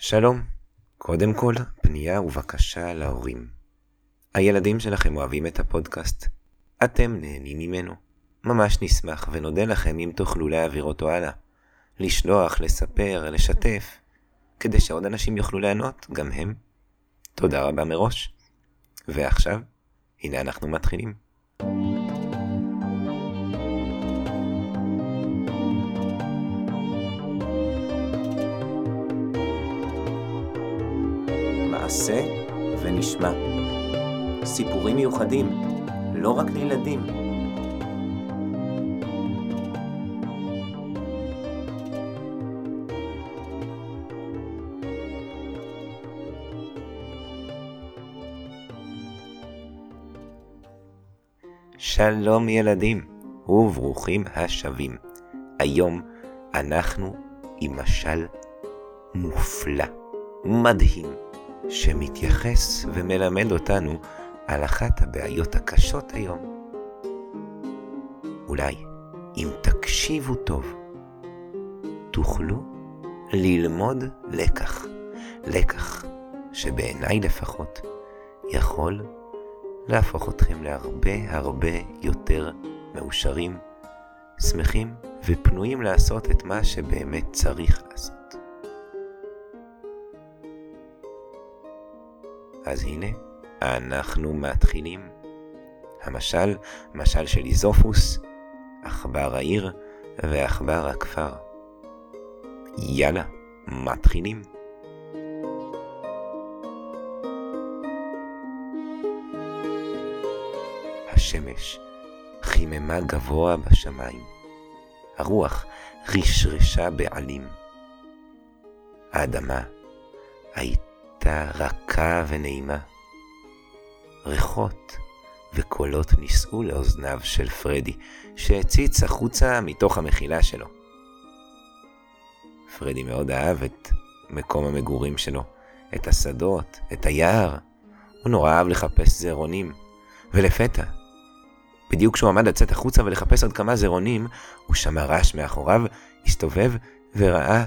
שלום, קודם כל פנייה ובקשה להורים. הילדים שלכם אוהבים את הפודקאסט, אתם נהנים ממנו. ממש נשמח ונודה לכם אם תוכלו להעביר אותו הלאה, לשלוח, לספר, לשתף, כדי שעוד אנשים יוכלו ליהנות, גם הם. תודה רבה מראש. ועכשיו, הנה אנחנו מתחילים. מעשה ונשמע. סיפורים מיוחדים, לא רק לילדים. שלום ילדים, וברוכים השבים. היום אנחנו עם משל מופלא, מדהים, שמתייחס ומלמד אותנו על אחת הבעיות הקשות היום. אולי, אם תקשיבו טוב, תוכלו ללמוד לקח שבעיניי לפחות יכול להפוך אתכם להרבה יותר מאושרים, שמחים ופנויים לעשות את מה שבאמת צריך לעשות. אז הנה, אנחנו מתחילים. המשל, משל של איזופוס, עכבר העיר ועכבר הכפר. יאללה, מתחילים. השמש חיממה גבוה בשמיים. הרוח רשרשה בעלים. האדמה הייתה רכה ונעימה. ריחות וקולות נישאו לאוזניו של פרדי, שהציץ החוצה מתוך המחילה שלו. פרדי מאוד אהב את מקום המגורים שלו, את השדות, את היער. הוא נורא אהב לחפש זרעונים, ולפתע, בדיוק כשהוא עמד לצאת החוצה ולחפש עוד כמה זרעונים, הוא שמע רעש מאחוריו, הסתובב וראה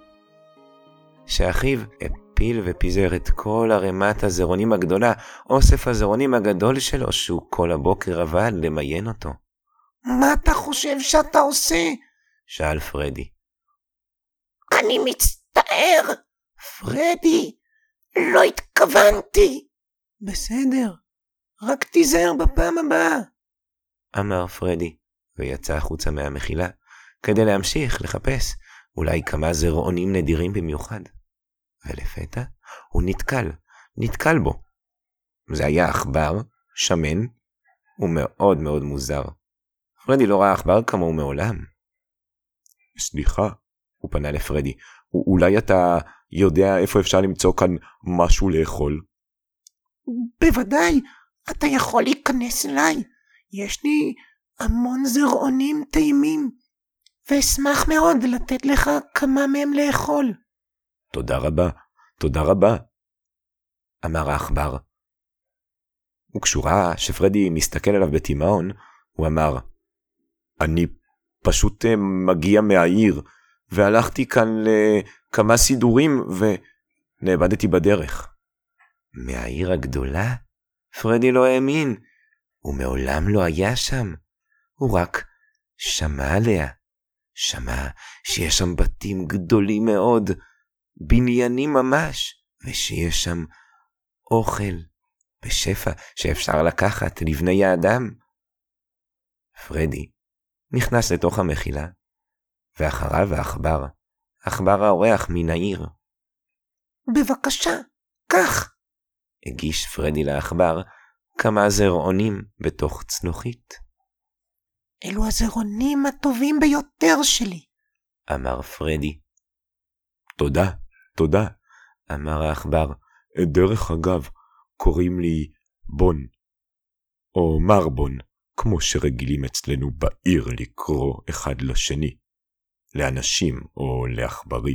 שאחיו הפיל ופיזר את כל ערימת הזרעונים הגדולה, אוסף הזרעונים הגדול שלו, שהוא כל הבוקר עבד למיין אותו. מה אתה חושב שאתה עושה? שאל פרדי. אני מצטער, פרדי, לא התכוונתי. בסדר, רק תיזהר בפעם הבאה, אמר פרדי, ויצא החוצה מהמחילה, כדי להמשיך לחפש אולי כמה זרעונים נדירים במיוחד. ולפתע הוא נתקל בו. זה היה עכבר, שמן, ומאוד מאוד מוזר. פרדי לא ראה עכבר כמוהו מעולם. סליחה, הוא פנה לפרדי, אולי אתה יודע איפה אפשר למצוא כאן משהו לאכול? בוודאי, אתה יכול להיכנס אליי. יש לי המון זרעונים טעימים, ואשמח מאוד לתת לך כמה מהם לאכול. תודה רבה, אמר העכבר. וכשהוא ראה שפרדי מסתכל עליו בתימהון, הוא אמר, אני פשוט מגיע מהעיר, והלכתי כאן לכמה סידורים, ונאבדתי בדרך. מהעיר הגדולה? פרדי לא האמין. הוא מעולם לא היה שם. הוא רק שמע עליה. שמע שיש שם בתים גדולים מאוד, בניינים ממש, ושיש שם אוכל בשפע שאפשר לקחת לבני האדם. פרדי נכנס לתוך המחילה, ואחריו העכבר, עכבר האורח מן העיר. בבקשה, קח. הגיש פרדי לעכבר כמה זרעונים בתוך צלוחית. אלו הזרעונים הטובים ביותר שלי, אמר פרדי. תודה, אמר העכבר. דרך אגב, קוראים לי בון, או מרבון, כמו שרגילים אצלנו בעיר לקרוא אחד לשני, לאנשים או לעכברים.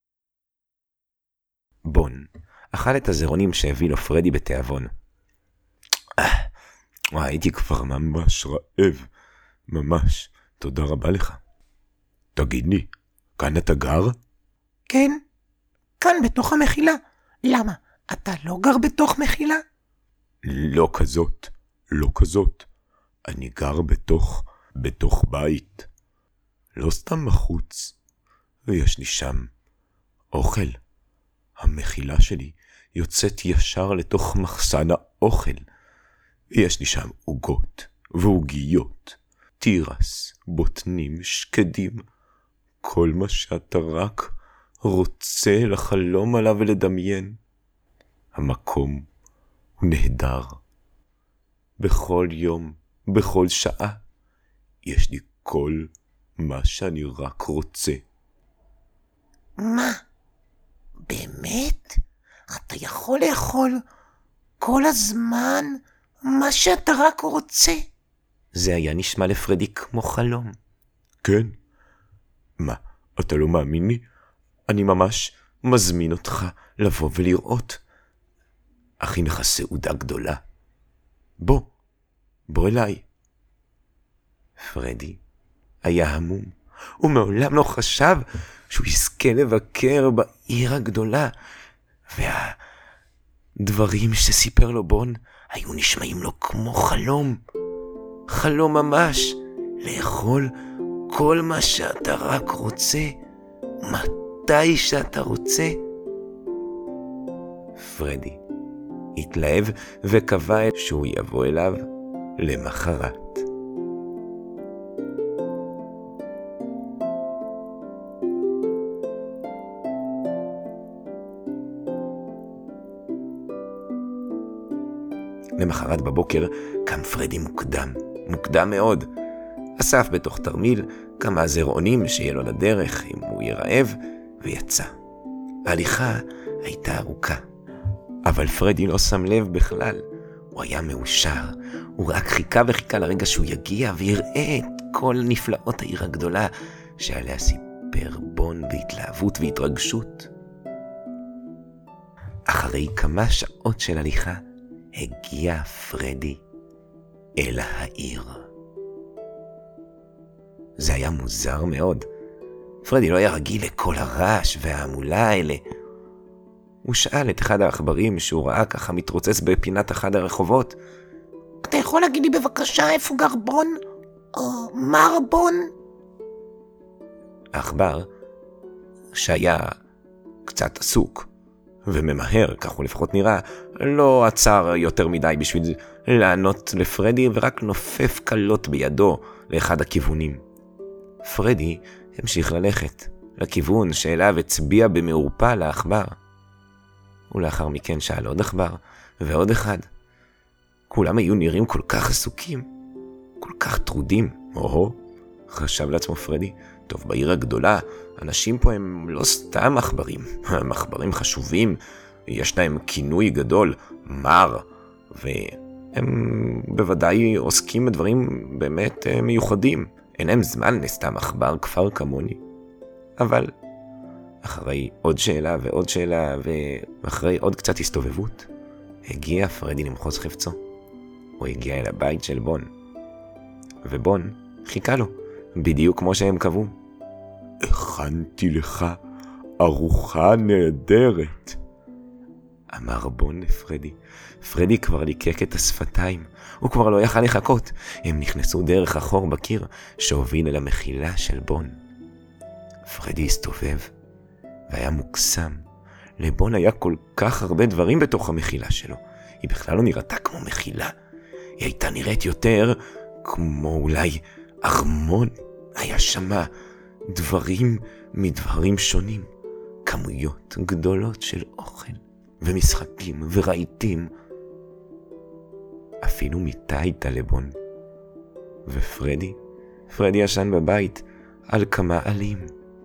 בון אכל את הזרעונים שהביא לו פרדי בתיאבון. הייתי כבר ממש רעב, ממש, תודה רבה לך. תגיד לי, כאן אתה גר? כן, כאן בתוך המחילה. למה? אתה לא גר בתוך מחילה? לא כזאת, לא כזאת. אני גר בתוך בית. לא סתם בחוץ. ויש לי שם אוכל. המחילה שלי יוצאת ישר לתוך מחסן האוכל. ויש לי שם עוגות ועוגיות, תירס, בוטנים, שקדים. כל מה שאתה רק רוצה לחלום עליו ולדמיין. המקום הוא נהדר. בכל יום, בכל שעה, יש לי כל מה שאני רק רוצה. מה? באמת? אתה יכול לאכול כל הזמן מה שאתה רק רוצה? זה היה נשמע לפרדי כמו חלום. כן. מה, אתה לא מאמין לי? אני ממש מזמין אותך לבוא ולראות. הכין לך סעודה גדולה. בוא אליי. פרדי היה המום. הוא מעולם לא חשב שהוא יזכה לבקר בעיר הגדולה. והדברים שסיפר לו בון היו נשמעים לו כמו חלום. חלום ממש. לאכול כל מה שאתה רק רוצה, מתי שאתה רוצה. פרדי התלהב וקבע שהוא יבוא אליו למחרת. למחרת בבוקר קם פרדי מוקדם מאוד. אסף בתוך תרמיל כמה זרעונים שיהיה לו לדרך אם הוא ירעב, ויצא. ההליכה הייתה ארוכה, אבל פרדי לא שם לב בכלל. הוא היה מאושר. הוא רק חיכה וחיכה לרגע שהוא יגיע ויראה את כל נפלאות העיר הגדולה שעליה סיפר בון בהתלהבות והתרגשות. אחרי כמה שעות של הליכה הגיע פרדי אל העיר. זה היה מוזר מאוד. פרדי לא היה רגיל לכל הרעש וההמולה האלה. הוא שאל את אחד העכברים שהוא ראה ככה מתרוצץ בפינת אחד הרחובות. אתה יכול להגיד לי בבקשה איפה גר בון? או מר בון? העכבר, שהיה קצת עסוק וממהר, כך הוא לפחות נראה, לא עצר יותר מדי בשביל לענות לפרדי, ורק נופף קלות בידו לאחד הכיוונים. פרדי המשיך ללכת לכיוון שאליו הצביע במעורפה לעכבר. ולאחר מכן שאל עוד עכבר ועוד אחד. כולם היו נראים כל כך עסוקים, כל כך טרודים. חשב לעצמו פרדי, טוב, בעיר הגדולה אנשים פה הם לא סתם עכברים, הם עכברים חשובים, יש להם כינוי גדול, מר, והם בוודאי עוסקים בדברים באמת מיוחדים. אין להם זמן לסתם עכבר כפר כמוני. אבל אחרי עוד שאלה ועוד שאלה, ואחרי עוד קצת הסתובבות, הגיע פרדי למחוז חפצו. הוא הגיע אל הבית של בון, ובון חיכה לו, בדיוק כמו שהם קבעו. הכנתי לך ארוחה נהדרת, אמר בון לפרדי. פרדי כבר ליקק את השפתיים, הוא כבר לא יכל לחכות. הם נכנסו דרך החור בקיר שהוביל אל המחילה של בון. פרדי הסתובב והיה מוקסם. לבון היה כל כך הרבה דברים בתוך המחילה שלו. היא בכלל לא נראתה כמו מחילה, היא הייתה נראית יותר כמו אולי ארמון. היה שמה דברים מדברים שונים, כמויות גדולות של אוכל ומשחקים ורהיטים. אפילו מיטה הייתה לבון. ופרדי ישן בבית על כמה עלים.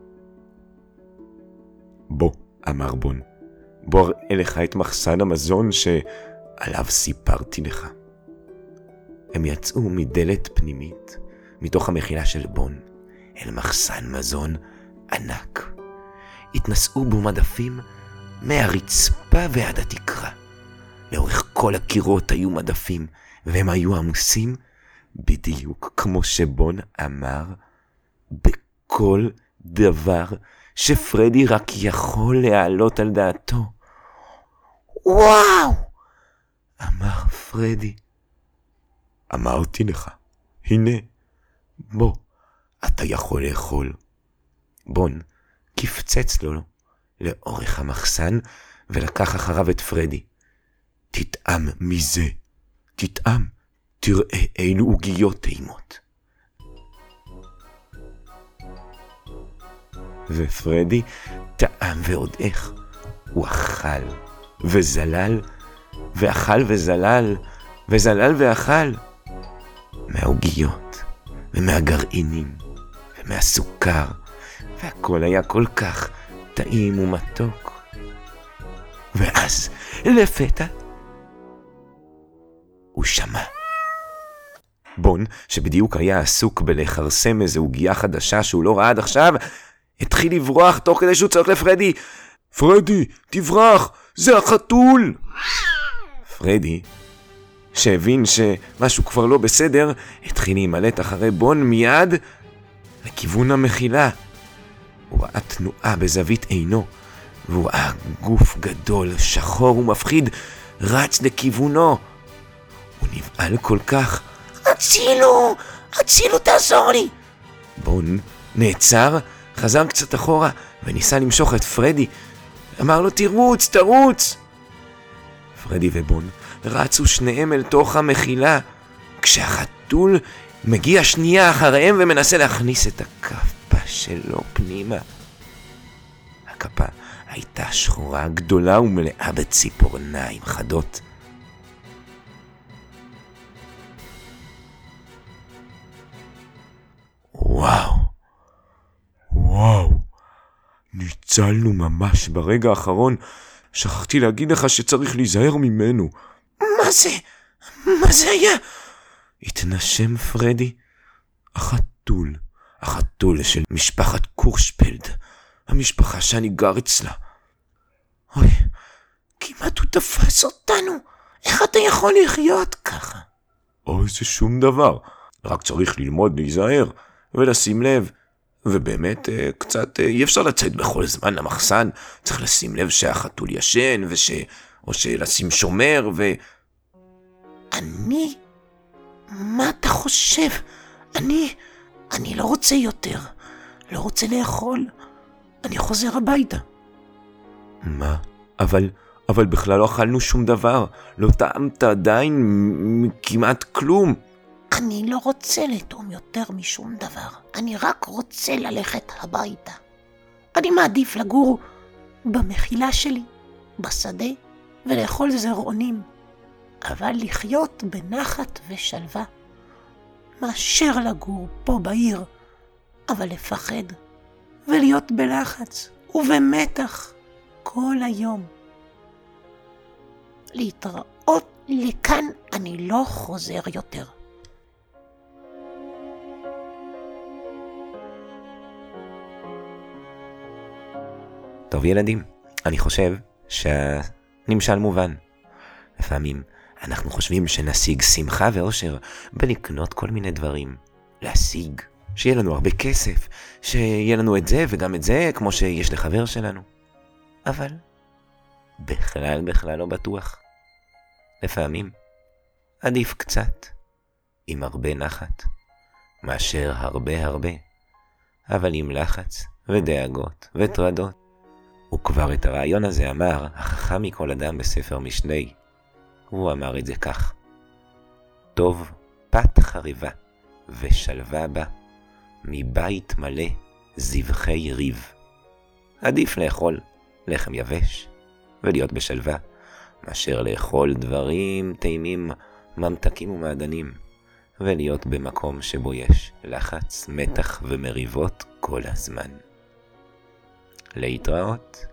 בוא, אמר בון, בוא אראה לך את מחסן המזון שעליו סיפרתי לך. הם יצאו מדלת פנימית מתוך המחילה של בון אל מחסן מזון ענק. התנסעו בו מדפים מהרצפה ועד התקרה. לאורך כל הקירות היו מדפים, והם היו עמוסים בדיוק כמו שבון אמר, בכל דבר שפרדי רק יכול להעלות על דעתו. וואו! אמר פרדי. אמרתי לך, הנה, בוא, אתה יכול לאכול. בון קפצץ לו לאורך המחסן ולקח אחריו את פרדי. תטעם מזה, תטעם, תראה אילו עוגיות טעימות. ופרדי טעם ועוד איך. הוא אכל וזלל, ואכל וזלל, וזלל ואכל. מהעוגיות, ומהגרעינים, ומהסוכר, והכל היה כל כך טעים ומתוק. ואז לפתע הוא שמע. בון, שבדיוק היה עסוק בלחרסם איזו עוגיה חדשה שהוא לא ראה עד עכשיו, התחיל לברוח תוך כדי שהוא צועק לפרדי, פרדי, תברח, זה החתול! פרדי, שהבין שמשהו כבר לא בסדר, התחיל להימלט אחרי בון מיד לכיוון המחילה. הוא ראה תנועה בזווית עינו, והוא ראה גוף גדול, שחור ומפחיד, רץ לכיוונו. הוא נבהל כל כך. הצילו! הצילו, תעזור לי! בון נעצר, חזר קצת אחורה, וניסה למשוך את פרדי. אמר לו, תרוץ, תרוץ! פרדי ובון רצו שניהם אל תוך המחילה, כשהחתול מגיע שנייה אחריהם ומנסה להכניס את הכפה שלו פנימה. הכפה הייתה שחורה גדולה ומלאה בציפורניים חדות. וואו, וואו, ניצלנו ממש ברגע האחרון. שכחתי להגיד לך שצריך להיזהר ממנו. מה זה? מה זה היה? התנשם פרדי. החתול של משפחת קורשפלד, המשפחה שאני גר אצלה. אוי, כמעט הוא תפס אותנו. איך אתה יכול לחיות ככה? אוי, זה שום דבר. רק צריך ללמוד להיזהר ולשים לב. ובאמת קצת אי אפשר לצאת בכל זמן למחסן. צריך לשים לב שהחתול ישן, או שלשים שומר מה אתה חושב? אני לא רוצה יותר. לא רוצה לאכול. אני חוזר הביתה. מה? אבל בכלל לא אכלנו שום דבר. לא טעמת עדיין כמעט כלום. אני לא רוצה לטעום יותר משום דבר. אני רק רוצה ללכת הביתה. אני מעדיף לגור במחילה שלי, בשדה, ולאכול זרעונים. אבל לחיות בנחת ושלווה, מאשר לגור פה בעיר, אבל לפחד, ולהיות בלחץ ובמתח כל היום. להתראות, לכאן אני לא חוזר יותר. טוב ילדים, אני חושב שהנמשל מובן. לפעמים אנחנו חושבים שנשיג שמחה ואושר בלקנות כל מיני דברים. להשיג, שיהיה לנו הרבה כסף, שיהיה לנו את זה וגם את זה, כמו שיש לחבר שלנו. אבל בכלל לא בטוח. לפעמים עדיף קצת, עם הרבה נחת, מאשר הרבה, אבל עם לחץ ודאגות וטרדות. וכבר את הרעיון הזה אמר החכם מכל אדם בספר משלי. הוא אמר את זה כך: טוב פת חריבה ושלווה בה, מבית מלא זבחי ריב. עדיף לאכול לחם יבש ולהיות בשלווה, מאשר לאכול דברים טעימים, ממתקים ומעדנים, ולהיות במקום שבו יש לחץ, מתח ומריבות כל הזמן. להתראות.